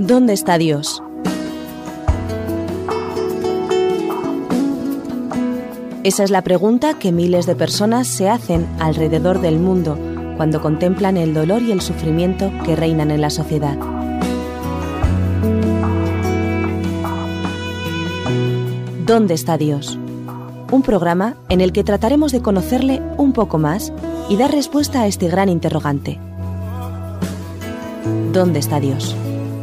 ¿Dónde está Dios? Esa es la pregunta que miles de personas se hacen alrededor del mundo cuando contemplan el dolor y el sufrimiento que reinan en la sociedad. ¿Dónde está Dios? Un programa en el que trataremos de conocerle un poco más y dar respuesta a este gran interrogante. ¿Dónde está Dios?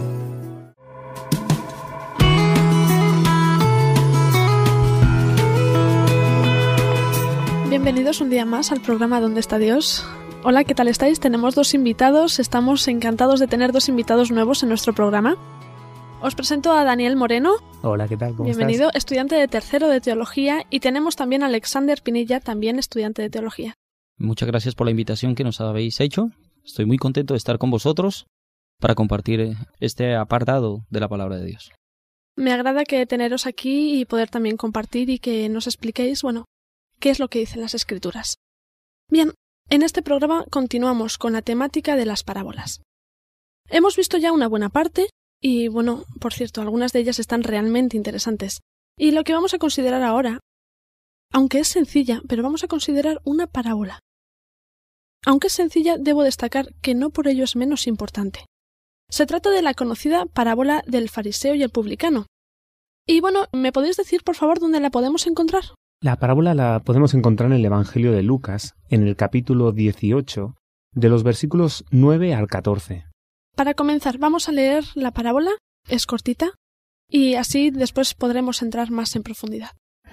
Bienvenidos un día más al programa ¿Dónde está Dios? Hola, ¿qué tal estáis? Tenemos dos invitados, estamos encantados de tener dos invitados nuevos en nuestro programa. Os presento a Daniel Moreno. Hola, ¿qué tal? ¿Cómo Bienvenido, estás? Estudiante de tercero de Teología, y tenemos también a Alexander Pinilla, también estudiante de Teología. Muchas gracias por la invitación que nos habéis hecho. Estoy muy contento de estar con vosotros para compartir este apartado de la palabra de Dios. Me agrada que teneros aquí y poder también compartir y que nos expliquéis, qué es lo que dicen las Escrituras. Bien, en este programa continuamos con la temática de las parábolas. Hemos visto ya una buena parte y, por cierto, algunas de ellas están realmente interesantes. Y lo que vamos a considerar ahora, aunque es sencilla, pero vamos a considerar una parábola. Aunque es sencilla, debo destacar que no por ello es menos importante. Se trata de la conocida parábola del fariseo y el publicano. Y ¿me podéis decir, por favor, dónde la podemos encontrar? La parábola la podemos encontrar en el Evangelio de Lucas, en el capítulo 18, de los versículos 9 al 14. Para comenzar, vamos a leer la parábola, es cortita, y así después podremos entrar más en profundidad.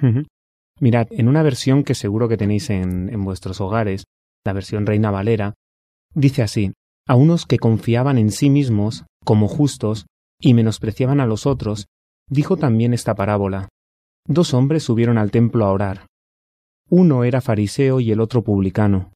Mirad, en una versión que seguro que tenéis en vuestros hogares, la versión Reina Valera, dice así: a unos que confiaban en sí mismos como justos y menospreciaban a los otros, dijo también esta parábola. Dos hombres subieron al templo a orar. Uno era fariseo y el otro publicano.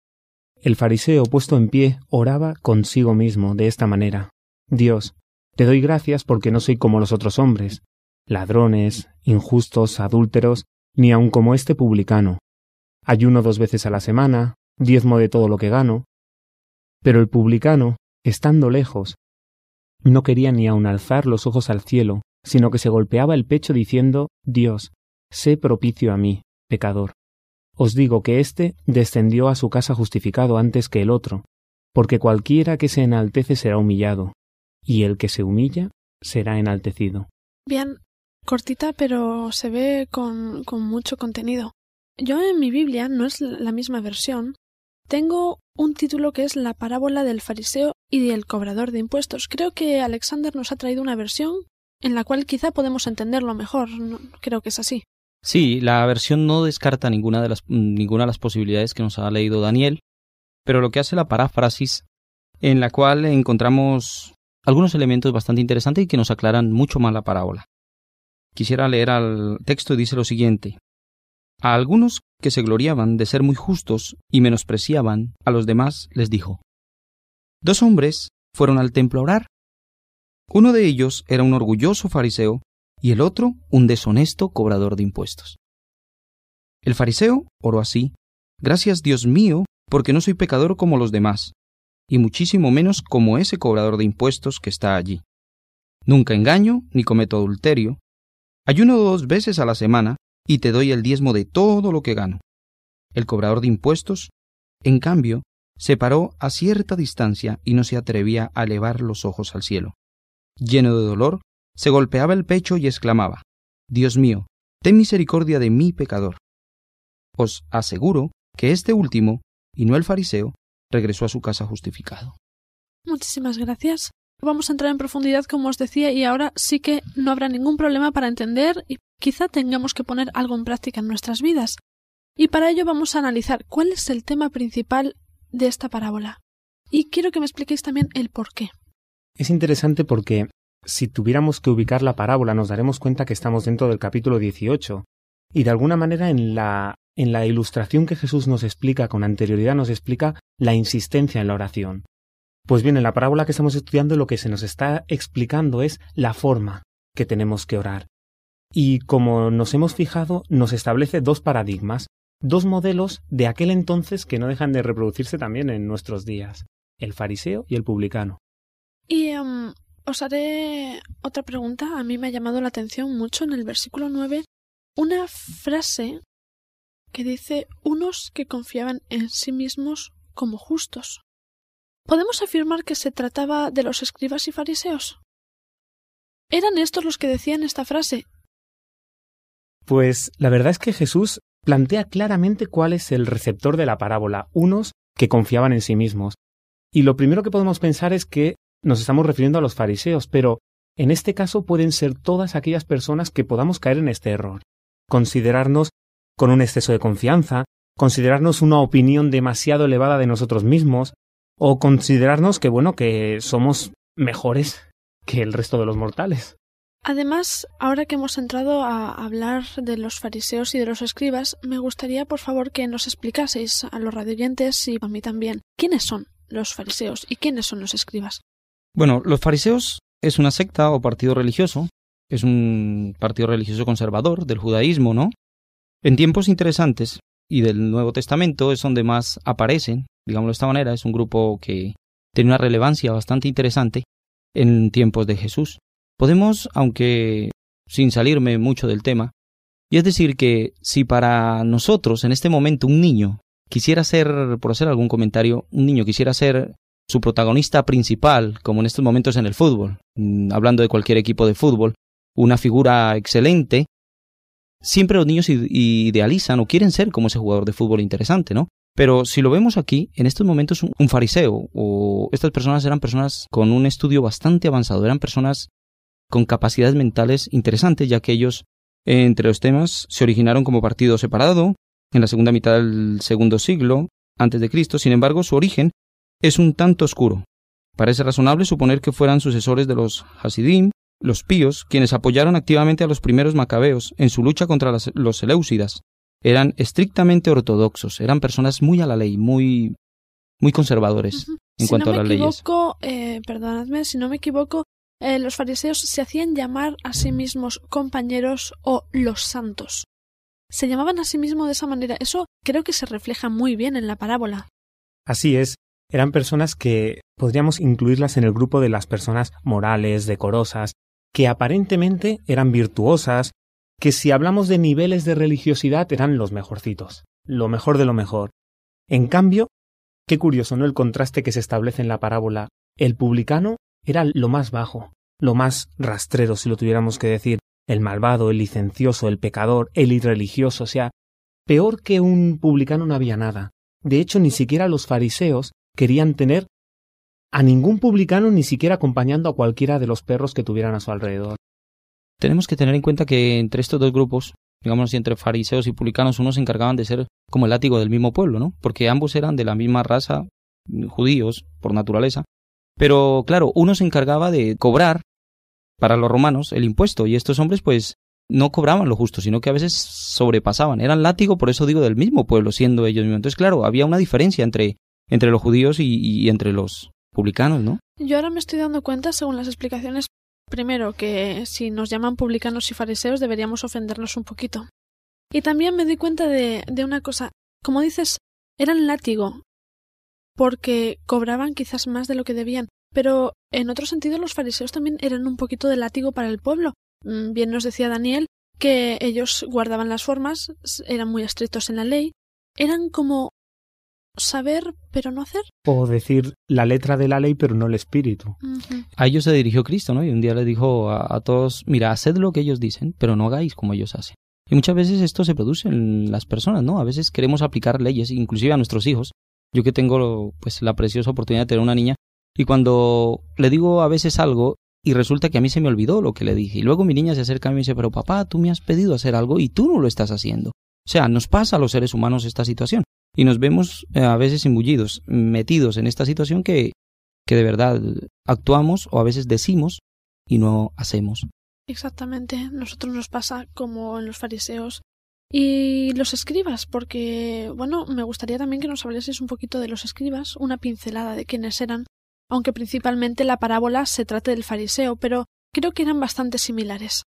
El fariseo, puesto en pie, oraba consigo mismo de esta manera: Dios, te doy gracias porque no soy como los otros hombres, ladrones, injustos, adúlteros, ni aun como este publicano. Ayuno 2 veces a la semana, diezmo de todo lo que gano. Pero el publicano, estando lejos, no quería ni aun alzar los ojos al cielo, sino que se golpeaba el pecho diciendo: Dios, sé propicio a mí, pecador. Os digo que éste descendió a su casa justificado antes que el otro, porque cualquiera que se enaltece será humillado, y el que se humilla será enaltecido. Bien, cortita, pero se ve con mucho contenido. Yo en mi Biblia, no es la misma versión, tengo un título que es La parábola del fariseo y del cobrador de impuestos. Creo que Alexander nos ha traído una versión en la cual quizá podemos entenderlo mejor. Creo que es así. Sí, la versión no descarta ninguna de las posibilidades que nos ha leído Daniel, pero lo que hace la paráfrasis, en la cual encontramos algunos elementos bastante interesantes y que nos aclaran mucho más la parábola. Quisiera leer al texto y dice lo siguiente: a algunos que se gloriaban de ser muy justos y menospreciaban a los demás les dijo: dos hombres fueron al templo a orar. Uno de ellos era un orgulloso fariseo y el otro un deshonesto cobrador de impuestos. El fariseo oró así: gracias, Dios mío, porque no soy pecador como los demás, y muchísimo menos como ese cobrador de impuestos que está allí. Nunca engaño ni cometo adulterio. Ayuno 2 veces a la semana y te doy el diezmo de todo lo que gano. El cobrador de impuestos, en cambio, se paró a cierta distancia y no se atrevía a elevar los ojos al cielo. Lleno de dolor, se golpeaba el pecho y exclamaba: Dios mío, ten misericordia de mí, pecador. Os aseguro que este último, y no el fariseo, regresó a su casa justificado. Muchísimas gracias. Vamos a entrar en profundidad, como os decía, y ahora sí que no habrá ningún problema para entender y quizá tengamos que poner algo en práctica en nuestras vidas. Y para ello vamos a analizar cuál es el tema principal de esta parábola. Y quiero que me expliquéis también el por qué. Es interesante porque si tuviéramos que ubicar la parábola nos daremos cuenta que estamos dentro del capítulo 18 y de alguna manera en la ilustración que Jesús nos explica con anterioridad nos explica la insistencia en la oración. Pues bien, en la parábola que estamos estudiando lo que se nos está explicando es la forma que tenemos que orar. Y como nos hemos fijado, nos establece 2 paradigmas, 2 modelos de aquel entonces que no dejan de reproducirse también en nuestros días: el fariseo y el publicano. Y os haré otra pregunta. A mí me ha llamado la atención mucho en el versículo 9 una frase que dice unos que confiaban en sí mismos como justos. ¿Podemos afirmar que se trataba de los escribas y fariseos? ¿Eran estos los que decían esta frase? Pues la verdad es que Jesús plantea claramente cuál es el receptor de la parábola, unos que confiaban en sí mismos. Y lo primero que podemos pensar es que nos estamos refiriendo a los fariseos, pero en este caso pueden ser todas aquellas personas que podamos caer en este error. Considerarnos con un exceso de confianza, considerarnos una opinión demasiado elevada de nosotros mismos, o considerarnos que somos mejores que el resto de los mortales. Además, ahora que hemos entrado a hablar de los fariseos y de los escribas, me gustaría, por favor, que nos explicaseis a los radioyentes y a mí también, ¿quiénes son los fariseos y quiénes son los escribas? Bueno, los fariseos es una secta o partido religioso, es un partido religioso conservador del judaísmo, ¿no? En tiempos interesantes y del Nuevo Testamento es donde más aparecen, digámoslo de esta manera, es un grupo que tiene una relevancia bastante interesante en tiempos de Jesús. Podemos, aunque sin salirme mucho del tema, y es decir que si para nosotros en este momento un niño quisiera ser, por hacer algún comentario, un niño quisiera ser su protagonista principal, como en estos momentos en el fútbol, hablando de cualquier equipo de fútbol, una figura excelente, siempre los niños idealizan o quieren ser como ese jugador de fútbol interesante, ¿no? Pero si lo vemos aquí, en estos momentos un fariseo, o estas personas eran personas con un estudio bastante avanzado, eran personas con capacidades mentales interesantes, ya que ellos, entre los temas, se originaron como partido separado en la segunda mitad del segundo siglo antes de Cristo. Sin embargo, su origen es un tanto oscuro. Parece razonable suponer que fueran sucesores de los Hasidim, los píos, quienes apoyaron activamente a los primeros macabeos en su lucha contra los seleucidas. Eran estrictamente ortodoxos, eran personas muy a la ley, muy conservadores en cuanto a las leyes. Perdonadme, si no me equivoco, los fariseos se hacían llamar a sí mismos compañeros o los santos. Se llamaban a sí mismos de esa manera. Eso creo que se refleja muy bien en la parábola. Así es, eran personas que podríamos incluirlas en el grupo de las personas morales, decorosas, que aparentemente eran virtuosas, que si hablamos de niveles de religiosidad eran los mejorcitos, lo mejor de lo mejor. En cambio, qué curioso, ¿no?, el contraste que se establece en la parábola. El publicano era lo más bajo, lo más rastrero, si lo tuviéramos que decir, el malvado, el licencioso, el pecador, el irreligioso, o sea, peor que un publicano no había nada. De hecho, ni siquiera los fariseos querían tener a ningún publicano, ni siquiera acompañando a cualquiera de los perros que tuvieran a su alrededor. Tenemos que tener en cuenta que entre estos dos grupos, digamos, entre fariseos y publicanos, unos se encargaban de ser como el látigo del mismo pueblo, ¿no? Porque ambos eran de la misma raza, judíos, por naturaleza. Pero, claro, uno se encargaba de cobrar para los romanos el impuesto, y estos hombres, pues, no cobraban lo justo, sino que a veces sobrepasaban. Eran látigo, por eso digo, del mismo pueblo, siendo ellos mismos. Entonces, claro, había una diferencia entre los judíos y entre los publicanos, ¿no? Yo ahora me estoy dando cuenta, según las explicaciones, primero, que si nos llaman publicanos y fariseos deberíamos ofendernos un poquito. Y también me doy cuenta de una cosa. Como dices, eran látigo, porque cobraban quizás más de lo que debían. Pero en otro sentido los fariseos también eran un poquito de látigo para el pueblo. Bien nos decía Daniel que ellos guardaban las formas, eran muy estrictos en la ley, eran como saber pero no hacer. O decir la letra de la ley pero no el espíritu. Uh-huh. A ellos se dirigió Cristo, ¿no? Y un día les dijo a todos, mira, haced lo que ellos dicen, pero no hagáis como ellos hacen. Y muchas veces esto se produce en las personas, ¿no? A veces queremos aplicar leyes, inclusive a nuestros hijos. Yo que tengo pues la preciosa oportunidad de tener una niña, y cuando le digo a veces algo y resulta que a mí se me olvidó lo que le dije, y luego mi niña se acerca a mí y me dice, pero papá, tú me has pedido hacer algo y tú no lo estás haciendo. O sea, nos pasa a los seres humanos esta situación y nos vemos a veces imbullidos, metidos en esta situación que de verdad actuamos o a veces decimos y no hacemos. Exactamente, nosotros nos pasa como en los fariseos y los escribas, porque, bueno, me gustaría también que nos hablaseis un poquito de los escribas, una pincelada de quiénes eran, aunque principalmente la parábola se trate del fariseo, pero creo que eran bastante similares.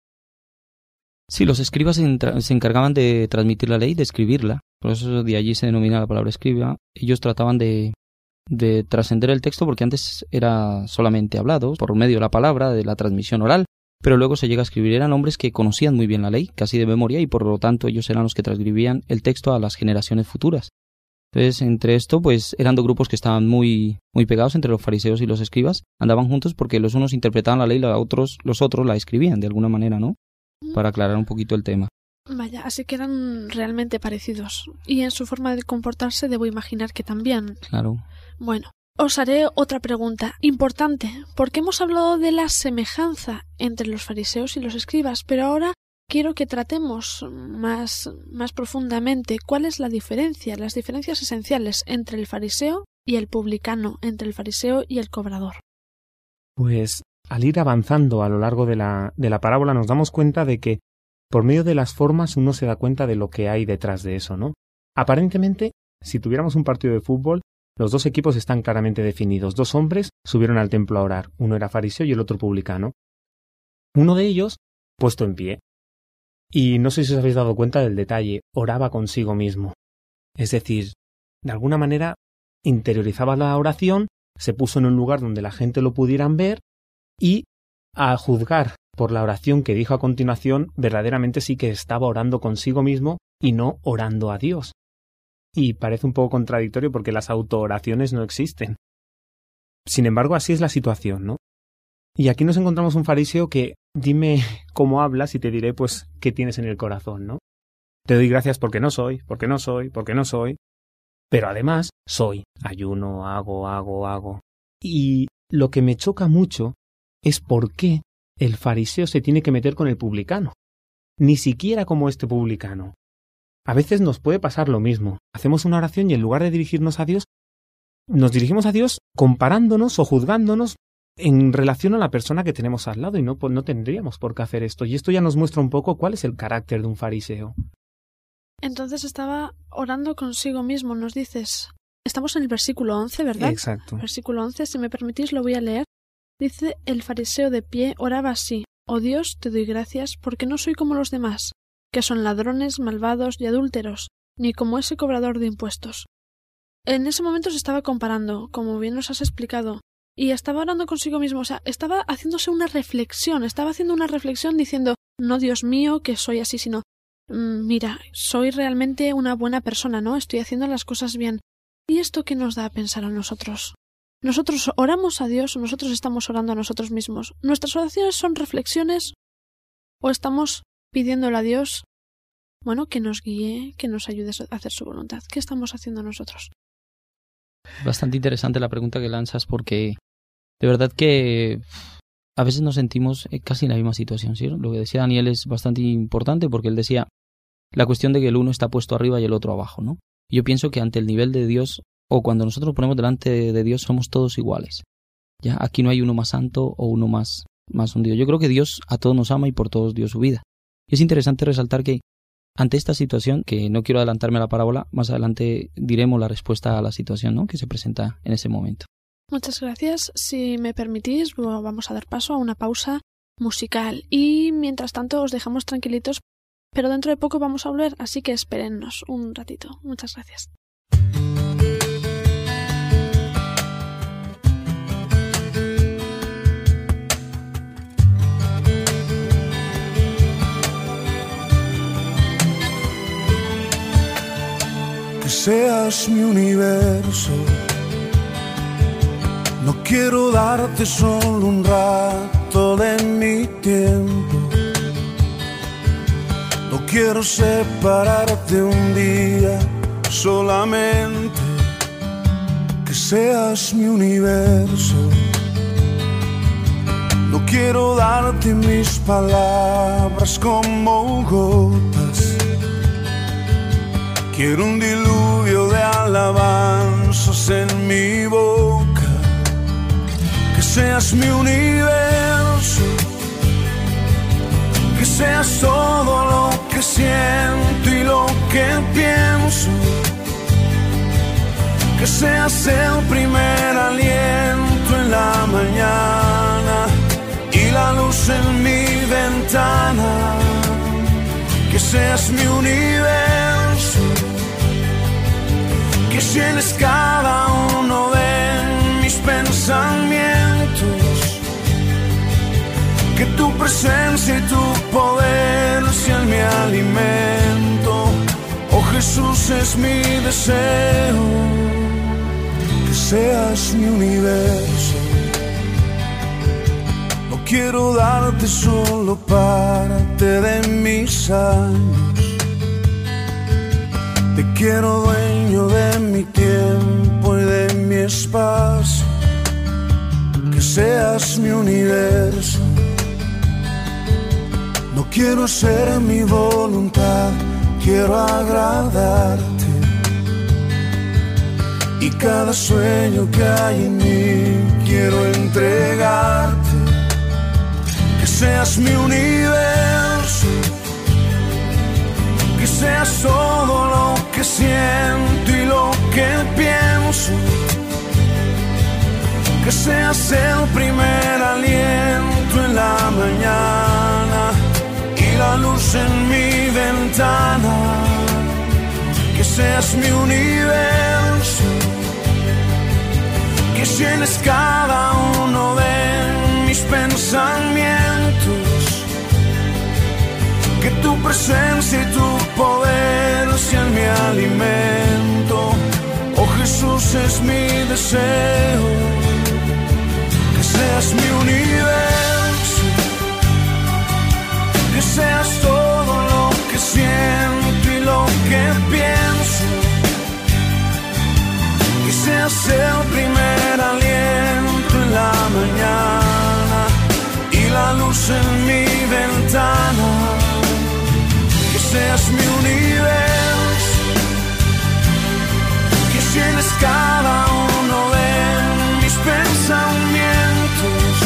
Sí, los escribas se encargaban de transmitir la ley, de escribirla, por eso de allí se denomina la palabra escriba. Ellos trataban de de trascender el texto, porque antes era solamente hablado por medio de la palabra, de la transmisión oral, pero luego se llega a escribir. Eran hombres que conocían muy bien la ley, casi de memoria, y por lo tanto ellos eran los que transcribían el texto a las generaciones futuras. Entonces, entre esto, pues eran dos grupos que estaban muy pegados, entre los fariseos y los escribas. Andaban juntos porque los unos interpretaban la ley, los otros la escribían de alguna manera, ¿no? Para aclarar un poquito el tema. Vaya, así que eran realmente parecidos. Y en su forma de comportarse debo imaginar que también. Claro. Bueno, os haré otra pregunta importante, porque hemos hablado de la semejanza entre los fariseos y los escribas, pero ahora quiero que tratemos más profundamente cuál es la diferencia, las diferencias esenciales entre el fariseo y el publicano, entre el fariseo y el cobrador. Pues al ir avanzando a lo largo de la parábola nos damos cuenta de que por medio de las formas uno se da cuenta de lo que hay detrás de eso, ¿no? Aparentemente, si tuviéramos un partido de fútbol, los dos equipos están claramente definidos. Dos hombres subieron al templo a orar. Uno era fariseo y el otro publicano. Uno de ellos, puesto en pie. Y no sé si os habéis dado cuenta del detalle, oraba consigo mismo. Es decir, de alguna manera interiorizaba la oración, se puso en un lugar donde la gente lo pudieran ver y, a juzgar por la oración que dijo a continuación, verdaderamente sí que estaba orando consigo mismo y no orando a Dios. Y parece un poco contradictorio porque las autooraciones no existen. Sin embargo, así es la situación, ¿no? Y aquí nos encontramos un fariseo que, dime cómo hablas y te diré, pues, qué tienes en el corazón, ¿no? Te doy gracias porque no soy. Pero además, soy. Ayuno, hago. Y lo que me choca mucho es por qué el fariseo se tiene que meter con el publicano. Ni siquiera como este publicano. A veces nos puede pasar lo mismo. Hacemos una oración y en lugar de dirigirnos a Dios, nos dirigimos a Dios comparándonos o juzgándonos en relación a la persona que tenemos al lado y no tendríamos por qué hacer esto. Y esto ya nos muestra un poco cuál es el carácter de un fariseo. Entonces estaba orando consigo mismo, nos dices. Estamos en el versículo 11, ¿verdad? Exacto. Versículo 11, si me permitís lo voy a leer. Dice, el fariseo de pie oraba así: «Oh Dios, te doy gracias porque no soy como los demás, que son ladrones, malvados y adúlteros, ni como ese cobrador de impuestos». En ese momento se estaba comparando, como bien nos has explicado, y estaba orando consigo mismo, o sea, estaba haciéndose una reflexión, diciendo, no Dios mío, que soy así, sino, mira, soy realmente una buena persona, ¿no? Estoy haciendo las cosas bien. ¿Y esto qué nos da a pensar a nosotros? ¿Nosotros oramos a Dios o nosotros estamos orando a nosotros mismos? ¿Nuestras oraciones son reflexiones o estamos pidiéndole a Dios, bueno, que nos guíe, que nos ayude a hacer su voluntad? ¿Qué estamos haciendo nosotros? Bastante interesante la pregunta que lanzas porque de verdad que a veces nos sentimos casi en la misma situación, ¿sí? Lo que decía Daniel es bastante importante porque él decía la cuestión de que el uno está puesto arriba y el otro abajo, ¿no? Yo pienso que ante el nivel de Dios o cuando nosotros nos ponemos delante de Dios somos todos iguales. Ya aquí no hay uno más santo o uno más hundido. Yo creo que Dios a todos nos ama y por todos dio su vida. Y es interesante resaltar que ante esta situación, que no quiero adelantarme a la parábola, más adelante diremos la respuesta a la situación, ¿no?, que se presenta en ese momento. Muchas gracias. Si me permitís, vamos a dar paso a una pausa musical. Y mientras tanto os dejamos tranquilitos, pero dentro de poco vamos a volver, así que espérennos un ratito. Muchas gracias. Que seas mi universo. No quiero darte solo un rato de mi tiempo. No quiero separarte un día solamente. Que seas mi universo. No quiero darte mis palabras como gotas. Quiero un diluvio de alabanzas en mi boca. Que seas mi universo. Que seas todo lo que siento y lo que pienso. Que seas el primer aliento en la mañana y la luz en mi ventana. Que seas mi universo. Que llenes cada uno de presencia y tu poder sean mi alimento. Oh Jesús, es mi deseo que seas mi universo. No quiero darte solo parte de mis años. Te quiero dueño de mi tiempo y de mi espacio. Que seas mi universo. No quiero hacer mi voluntad, quiero agradarte. Y cada sueño que hay en mí quiero entregarte. Que seas mi universo. Que seas todo lo que siento y lo que pienso. Que seas el primer aliento en la mañana y la luz en mi ventana. Que seas mi universo. Que llenes cada uno de mis pensamientos. Que tu presencia y tu poder sean mi alimento. Oh Jesús, es mi deseo. Que seas mi universo. Que seas todo lo que siento y lo que pienso. Que seas el primer aliento en la mañana y la luz en mi ventana. Que seas mi universo. Que llenes cada uno de mis pensamientos.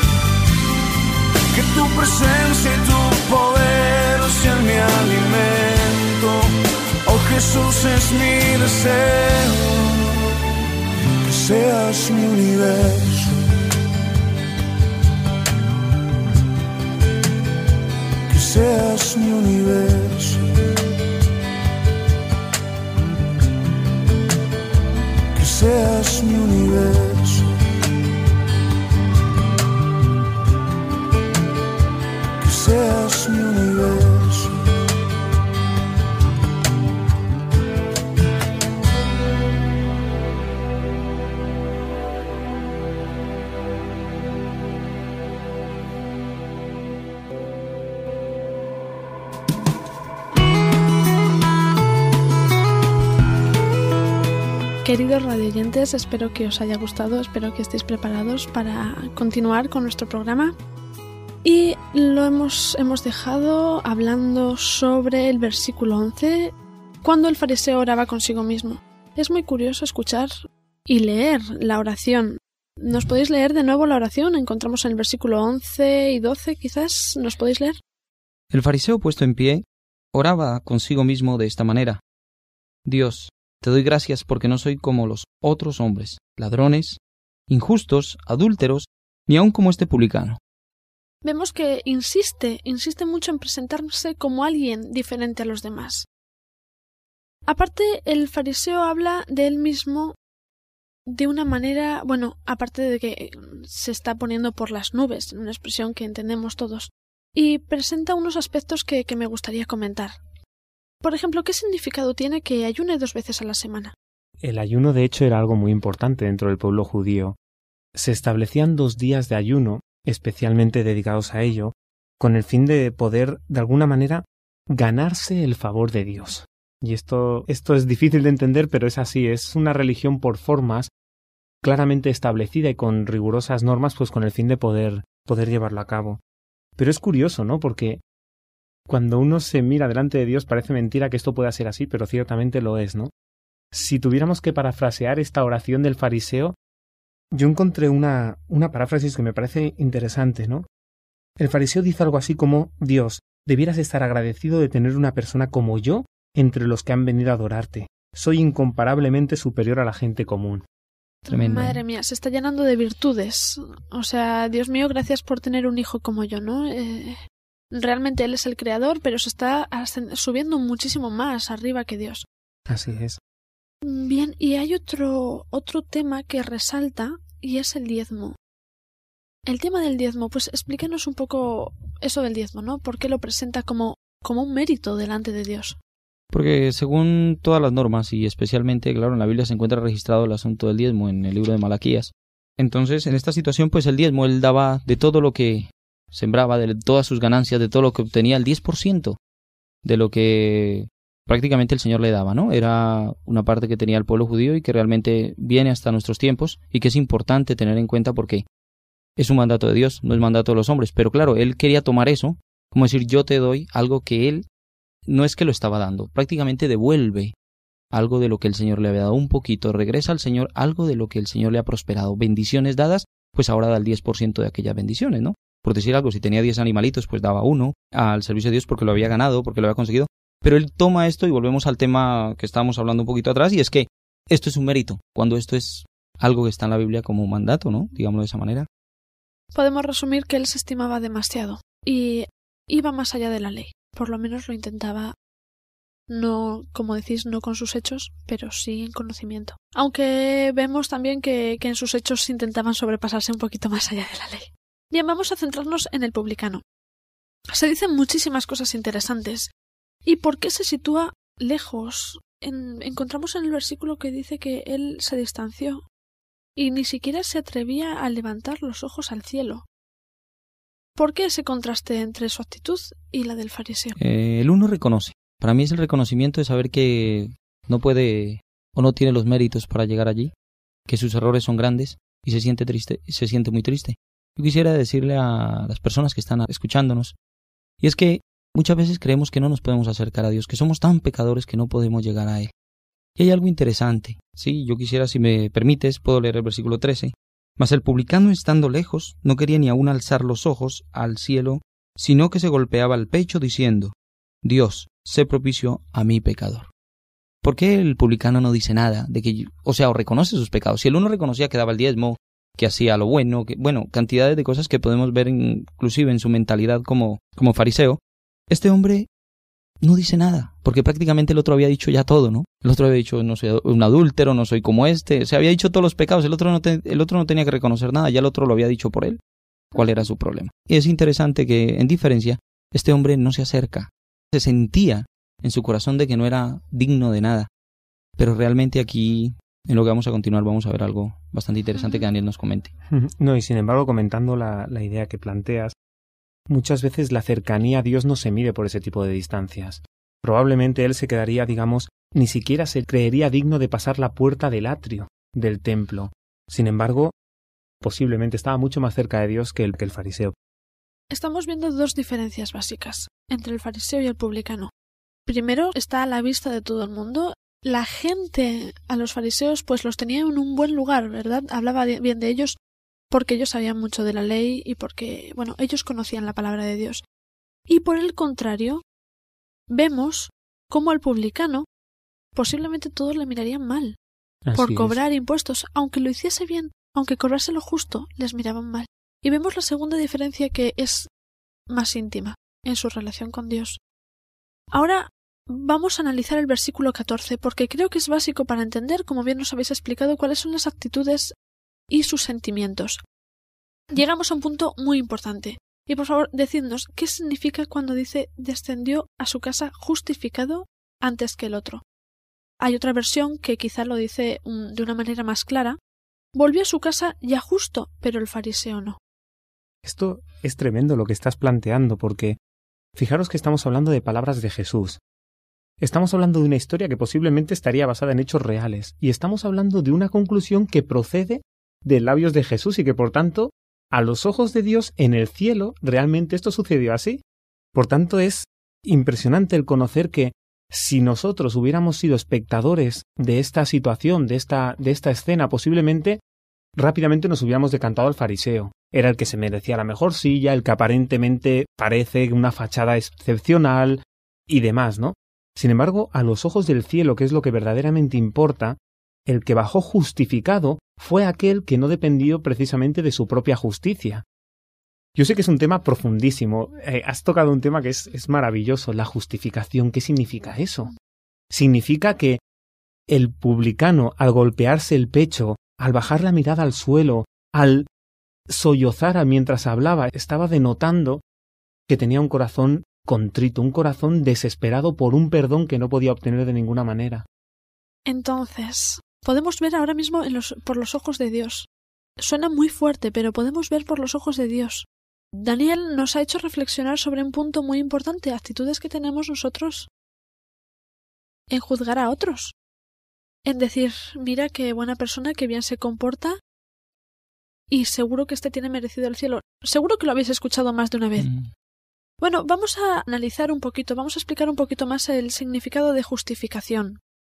Que tu presencia y tu poder sean mi alimento. Oh Jesús, es mi deseo. Que seas mi universo. Que seas mi universo. Que seas mi universo. Que seas mi universo. Queridos radioyentes, espero que os haya gustado, espero que estéis preparados para continuar con nuestro programa. Y lo hemos dejado hablando sobre el versículo 11, cuando el fariseo oraba consigo mismo. Es muy curioso escuchar y leer la oración. ¿Nos podéis leer de nuevo la oración? Encontramos en el versículo 11 y 12, quizás. ¿Nos podéis leer? El fariseo, puesto en pie, oraba consigo mismo de esta manera: Dios, te doy gracias porque no soy como los otros hombres, ladrones, injustos, adúlteros, ni aun como este publicano. Vemos que insiste mucho en presentarse como alguien diferente a los demás. Aparte, el fariseo habla de él mismo de una manera, aparte de que se está poniendo por las nubes, una expresión que entendemos todos, y presenta unos aspectos que me gustaría comentar. Por ejemplo, ¿qué significado tiene que ayune 2 veces a la semana? El ayuno, de hecho, era algo muy importante dentro del pueblo judío. Se establecían 2 días de ayuno, especialmente dedicados a ello, con el fin de poder, de alguna manera, ganarse el favor de Dios. Y esto es difícil de entender, pero es así, es una religión por formas, claramente establecida y con rigurosas normas, pues con el fin de poder llevarlo a cabo. Pero es curioso, ¿no? Porque cuando uno se mira delante de Dios parece mentira que esto pueda ser así, pero ciertamente lo es, ¿no? Si tuviéramos que parafrasear esta oración del fariseo, yo encontré una paráfrasis que me parece interesante, ¿no? El fariseo dice algo así como: Dios, debieras estar agradecido de tener una persona como yo entre los que han venido a adorarte. Soy incomparablemente superior a la gente común. Tremendo. Madre mía, se está llenando de virtudes. O sea, Dios mío, gracias por tener un hijo como yo, ¿no? Realmente Él es el creador, pero se está subiendo muchísimo más arriba que Dios. Así es. Bien, y hay otro tema que resalta, y es el diezmo. El tema del diezmo, pues explícanos un poco eso del diezmo, ¿no? ¿Por qué lo presenta como un mérito delante de Dios? Porque según todas las normas, y especialmente, claro, en la Biblia se encuentra registrado el asunto del diezmo en el libro de Malaquías. Entonces, en esta situación, pues el diezmo, él daba de todo lo que sembraba, de todas sus ganancias, de todo lo que obtenía, el 10% de lo que prácticamente el Señor le daba, ¿no? Era una parte que tenía el pueblo judío y que realmente viene hasta nuestros tiempos y que es importante tener en cuenta porque es un mandato de Dios, no es mandato de los hombres. Pero claro, él quería tomar eso, como decir, yo te doy algo que él no es que lo estaba dando, prácticamente devuelve algo de lo que el Señor le había dado, un poquito, regresa al Señor algo de lo que el Señor le ha prosperado. Bendiciones dadas, pues ahora da el 10% de aquellas bendiciones, ¿no? Por decir algo, si tenía 10 animalitos, pues daba 1 al servicio de Dios porque lo había ganado, porque lo había conseguido. Pero él toma esto y volvemos al tema que estábamos hablando un poquito atrás, y es que esto es un mérito, cuando esto es algo que está en la Biblia como un mandato, ¿no? Digámoslo de esa manera. Podemos resumir que él se estimaba demasiado y iba más allá de la ley. Por lo menos lo intentaba, no, como decís, no con sus hechos, pero sí en conocimiento. Aunque vemos también que en sus hechos intentaban sobrepasarse un poquito más allá de la ley. Bien, vamos a centrarnos en el publicano. Se dicen muchísimas cosas interesantes. ¿Y por qué se sitúa lejos? Encontramos en el versículo que dice que él se distanció y ni siquiera se atrevía a levantar los ojos al cielo. ¿Por qué ese contraste entre su actitud y la del fariseo? El uno reconoce. Para mí es el reconocimiento de saber que no puede o no tiene los méritos para llegar allí, que sus errores son grandes y se siente triste, y se siente muy triste. Yo quisiera decirle a las personas que están escuchándonos, y es que muchas veces creemos que no nos podemos acercar a Dios, que somos tan pecadores que no podemos llegar a Él. Y hay algo interesante. Sí, yo quisiera, si me permites, puedo leer el versículo 13. Mas el publicano, estando lejos, no quería ni aún alzar los ojos al cielo, sino que se golpeaba el pecho diciendo, Dios, sé propicio a mi pecador. ¿Por qué el publicano no dice nada? O reconoce sus pecados. Si el uno reconocía que daba el diezmo, que hacía lo bueno, cantidades de cosas que podemos ver inclusive en su mentalidad como fariseo, este hombre no dice nada, porque prácticamente el otro había dicho ya todo, ¿no? El otro había dicho, no soy un adúltero, no soy como este, se había dicho todos los pecados, el otro no tenía que reconocer nada, ya el otro lo había dicho por él. ¿Cuál era su problema? Y es interesante que, en diferencia, este hombre no se acerca, se sentía en su corazón de que no era digno de nada, pero realmente aquí, en lo que vamos a continuar, vamos a ver algo bastante interesante que Daniel nos comente. No, y sin embargo, comentando la idea que planteas, muchas veces la cercanía a Dios no se mide por ese tipo de distancias. Probablemente él se quedaría, ni siquiera se creería digno de pasar la puerta del atrio del templo. Sin embargo, posiblemente estaba mucho más cerca de Dios que el fariseo. Estamos viendo dos diferencias básicas entre el fariseo y el publicano. Primero, está a la vista de todo el mundo. La gente, a los fariseos, pues los tenía en un buen lugar, ¿verdad? Hablaba bien de ellos porque ellos sabían mucho de la ley y porque, ellos conocían la palabra de Dios. Y por el contrario, vemos cómo al publicano posiblemente todos le mirarían mal por cobrar impuestos, aunque lo hiciese bien, aunque cobrase lo justo, les miraban mal. Y vemos la segunda diferencia, que es más íntima en su relación con Dios. Ahora vamos a analizar el versículo 14, porque creo que es básico para entender, como bien nos habéis explicado, cuáles son las actitudes y sus sentimientos. Llegamos a un punto muy importante. Y por favor, decidnos, ¿qué significa cuando dice descendió a su casa justificado antes que el otro? Hay otra versión que quizá lo dice de una manera más clara. Volvió a su casa ya justo, pero el fariseo no. Esto es tremendo lo que estás planteando, porque fijaros que estamos hablando de palabras de Jesús. Estamos hablando de una historia que posiblemente estaría basada en hechos reales, y estamos hablando de una conclusión que procede de labios de Jesús y que, por tanto, a los ojos de Dios en el cielo, realmente esto sucedió así. Por tanto, es impresionante el conocer que si nosotros hubiéramos sido espectadores de esta situación, de esta escena, posiblemente rápidamente nos hubiéramos decantado al fariseo. Era el que se merecía la mejor silla, el que aparentemente parece una fachada excepcional y demás, ¿no? Sin embargo, a los ojos del cielo, que es lo que verdaderamente importa, el que bajó justificado fue aquel que no dependió precisamente de su propia justicia. Yo sé que es un tema profundísimo. Has tocado un tema que es maravilloso, la justificación. ¿Qué significa eso? Significa que el publicano, al golpearse el pecho, al bajar la mirada al suelo, al sollozara mientras hablaba, estaba denotando que tenía un corazón contrito, un corazón desesperado por un perdón que no podía obtener de ninguna manera. Entonces, podemos ver ahora mismo por los ojos de Dios. Suena muy fuerte, pero podemos ver por los ojos de Dios. Daniel nos ha hecho reflexionar sobre un punto muy importante, actitudes que tenemos nosotros en juzgar a otros. En decir, mira qué buena persona, qué bien se comporta, y seguro que este tiene merecido el cielo. Seguro que lo habéis escuchado más de una vez. Bueno, vamos a analizar un poquito, vamos a explicar un poquito más el significado de justificación.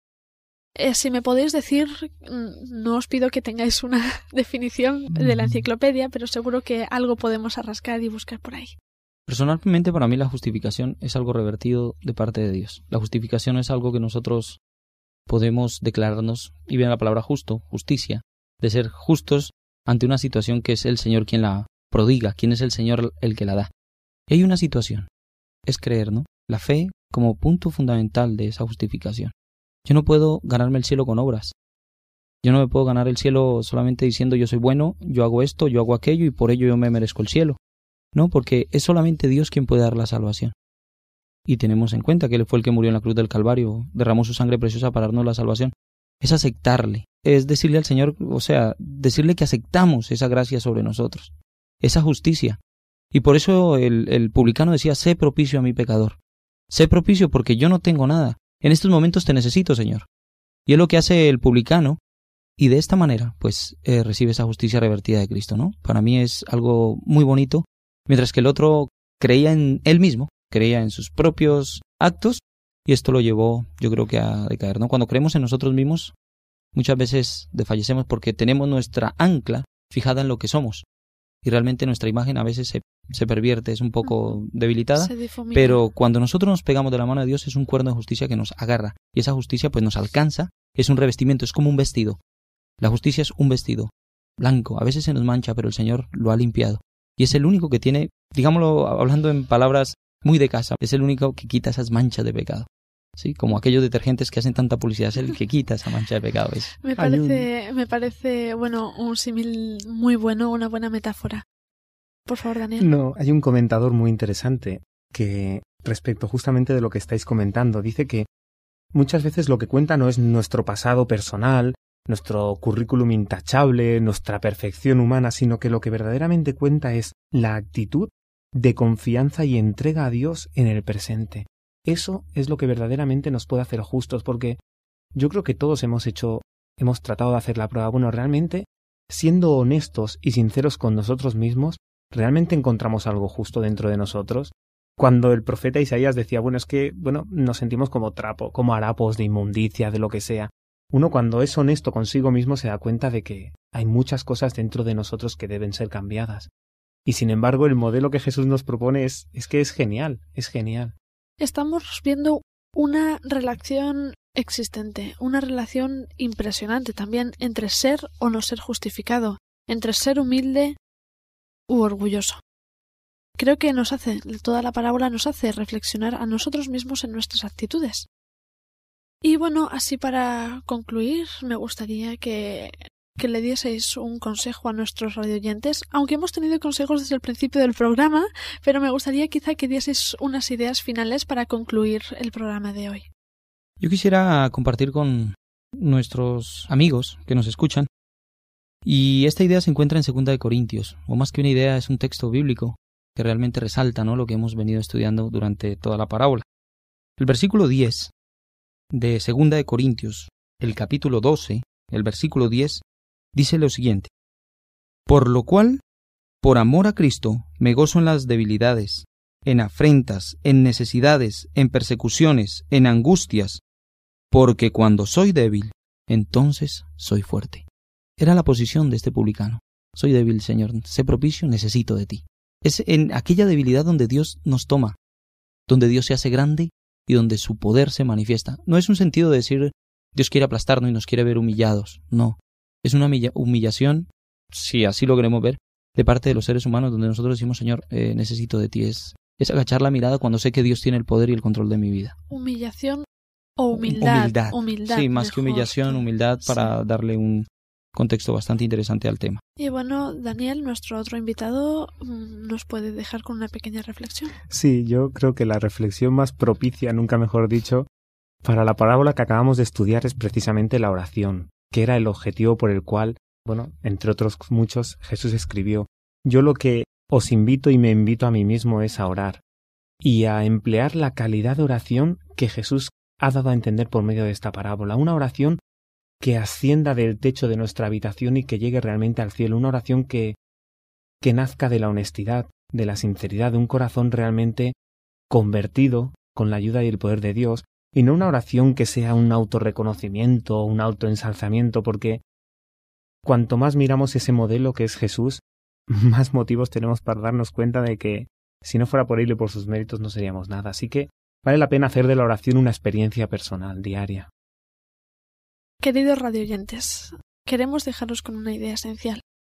Si me podéis decir, no os pido que tengáis una definición de la enciclopedia, pero seguro que algo podemos rascar y buscar por ahí. Personalmente, para mí la justificación es algo revertido de parte de Dios. La justificación es algo que nosotros podemos declararnos, y viene la palabra justo, justicia, de ser justos ante una situación que es el Señor quien la prodiga, quien es el Señor el que la da. Y hay una situación, es creer, ¿no? La fe como punto fundamental de esa justificación. Yo no puedo ganarme el cielo con obras. Yo no me puedo ganar el cielo solamente diciendo yo soy bueno, yo hago esto, yo hago aquello y por ello yo me merezco el cielo. No, porque es solamente Dios quien puede dar la salvación. Y tenemos en cuenta que Él fue el que murió en la cruz del Calvario, derramó su sangre preciosa para darnos la salvación. Es aceptarle, es decirle al Señor, o sea, decirle que aceptamos esa gracia sobre nosotros, esa justicia. Y por eso el publicano decía, sé propicio a mi pecador. Sé propicio porque yo no tengo nada. En estos momentos te necesito, Señor. Y es lo que hace el publicano, y de esta manera, pues, recibe esa justicia revertida de Cristo, ¿no? Para mí es algo muy bonito, mientras que el otro creía en él mismo, creía en sus propios actos, y esto lo llevó, yo creo que a decaer, ¿no? Cuando creemos en nosotros mismos, muchas veces desfallecemos porque tenemos nuestra ancla fijada en lo que somos, y realmente nuestra imagen a veces se pervierte, es un poco debilitada, pero cuando nosotros nos pegamos de la mano de Dios es un cuerno de justicia que nos agarra, y esa justicia pues nos alcanza, es un revestimiento, es como un vestido. La justicia es un vestido blanco, a veces se nos mancha, pero el Señor lo ha limpiado, y es el único que tiene, digámoslo hablando en palabras muy de casa, es el único que quita esas manchas de pecado. Sí, como aquellos detergentes que hacen tanta publicidad, es el que quita esa mancha de pecado. Me parece, bueno, un símil muy bueno, una buena metáfora. Por favor, Daniel. No, hay un comentador muy interesante que, respecto justamente de lo que estáis comentando, dice que muchas veces lo que cuenta no es nuestro pasado personal, nuestro currículum intachable, nuestra perfección humana, sino que lo que verdaderamente cuenta es la actitud de confianza y entrega a Dios en el presente. Eso es lo que verdaderamente nos puede hacer justos, porque yo creo que todos hemos tratado de hacer la prueba. Bueno, realmente, siendo honestos y sinceros con nosotros mismos, ¿realmente encontramos algo justo dentro de nosotros? Cuando el profeta Isaías decía, nos sentimos como trapo, como harapos de inmundicia, de lo que sea. Uno cuando es honesto consigo mismo se da cuenta de que hay muchas cosas dentro de nosotros que deben ser cambiadas. Y sin embargo, el modelo que Jesús nos propone es que es genial, es genial. Estamos viendo una relación existente, una relación impresionante también entre ser o no ser justificado, entre ser humilde u orgulloso. Creo que toda la parábola nos hace reflexionar a nosotros mismos en nuestras actitudes. Y bueno, así para concluir, me gustaría que le dieseis un consejo a nuestros radioyentes, aunque hemos tenido consejos desde el principio del programa, pero me gustaría quizá que dieseis unas ideas finales para concluir el programa de hoy. Yo quisiera compartir con nuestros amigos que nos escuchan, y esta idea se encuentra en 2 de Corintios, o más que una idea es un texto bíblico que realmente resalta, ¿no?, lo que hemos venido estudiando durante toda la parábola. El versículo 10 de 2 de Corintios, el capítulo 12, el versículo 10, dice lo siguiente: por lo cual, por amor a Cristo, me gozo en las debilidades, en afrentas, en necesidades, en persecuciones, en angustias, porque cuando soy débil, entonces soy fuerte. Era la posición de este publicano. Soy débil, Señor, sé propicio, necesito de ti. Es en aquella debilidad donde Dios nos toma, donde Dios se hace grande y donde su poder se manifiesta. No es un sentido de decir Dios quiere aplastarnos y nos quiere ver humillados, no. Es una humillación, si así lo queremos ver, de parte de los seres humanos, donde nosotros decimos, Señor, necesito de ti. Es agachar la mirada cuando sé que Dios tiene el poder y el control de mi vida. Humillación o humildad. Humildad. Sí, más que humillación, humildad para darle un contexto bastante interesante al tema. Y bueno, Daniel, nuestro otro invitado, nos puede dejar con una pequeña reflexión. Sí, yo creo que la reflexión más propicia, nunca mejor dicho, para la parábola que acabamos de estudiar es precisamente la oración, que era el objetivo por el cual, bueno, entre otros muchos, Jesús escribió: yo lo que os invito y me invito a mí mismo es a orar y a emplear la calidad de oración que Jesús ha dado a entender por medio de esta parábola, una oración que ascienda del techo de nuestra habitación y que llegue realmente al cielo, una oración que nazca de la honestidad, de la sinceridad, de un corazón realmente convertido con la ayuda y el poder de Dios, y no una oración que sea un autorreconocimiento o un autoensalzamiento, porque cuanto más miramos ese modelo que es Jesús, más motivos tenemos para darnos cuenta de que si no fuera por él y por sus méritos no seríamos nada. Así que vale la pena hacer de la oración una experiencia personal, diaria. Queridos radioyentes, queremos dejaros con una idea esencial.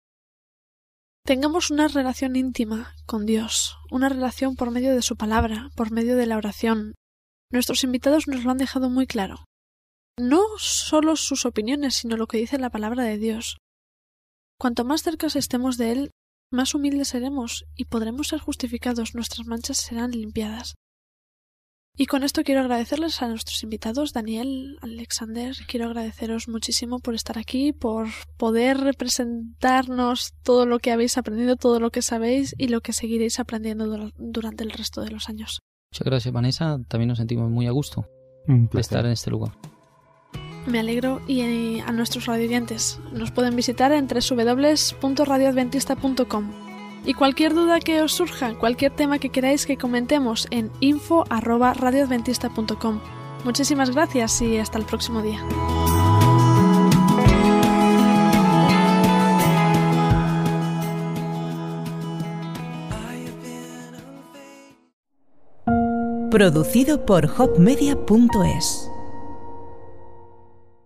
Tengamos una relación íntima con Dios, una relación por medio de su palabra, por medio de la oración. Nuestros invitados nos lo han dejado muy claro. No solo sus opiniones, sino lo que dice la palabra de Dios. Cuanto más cerca estemos de Él, más humildes seremos y podremos ser justificados, nuestras manchas serán limpiadas. Y con esto quiero agradecerles a nuestros invitados, Daniel, Alexander, quiero agradeceros muchísimo por estar aquí, por poder representarnos todo lo que habéis aprendido, todo lo que sabéis y lo que seguiréis aprendiendo durante el resto de los años. Muchas gracias, Vanessa, también nos sentimos muy a gusto de estar en este lugar. Me alegro, y a nuestros radioyentes nos pueden visitar en www.radioadventista.com. Y cualquier duda que os surja, cualquier tema que queráis que comentemos, en info@radioadventista.com. Muchísimas gracias y hasta el próximo día. Producido por hopmedia.es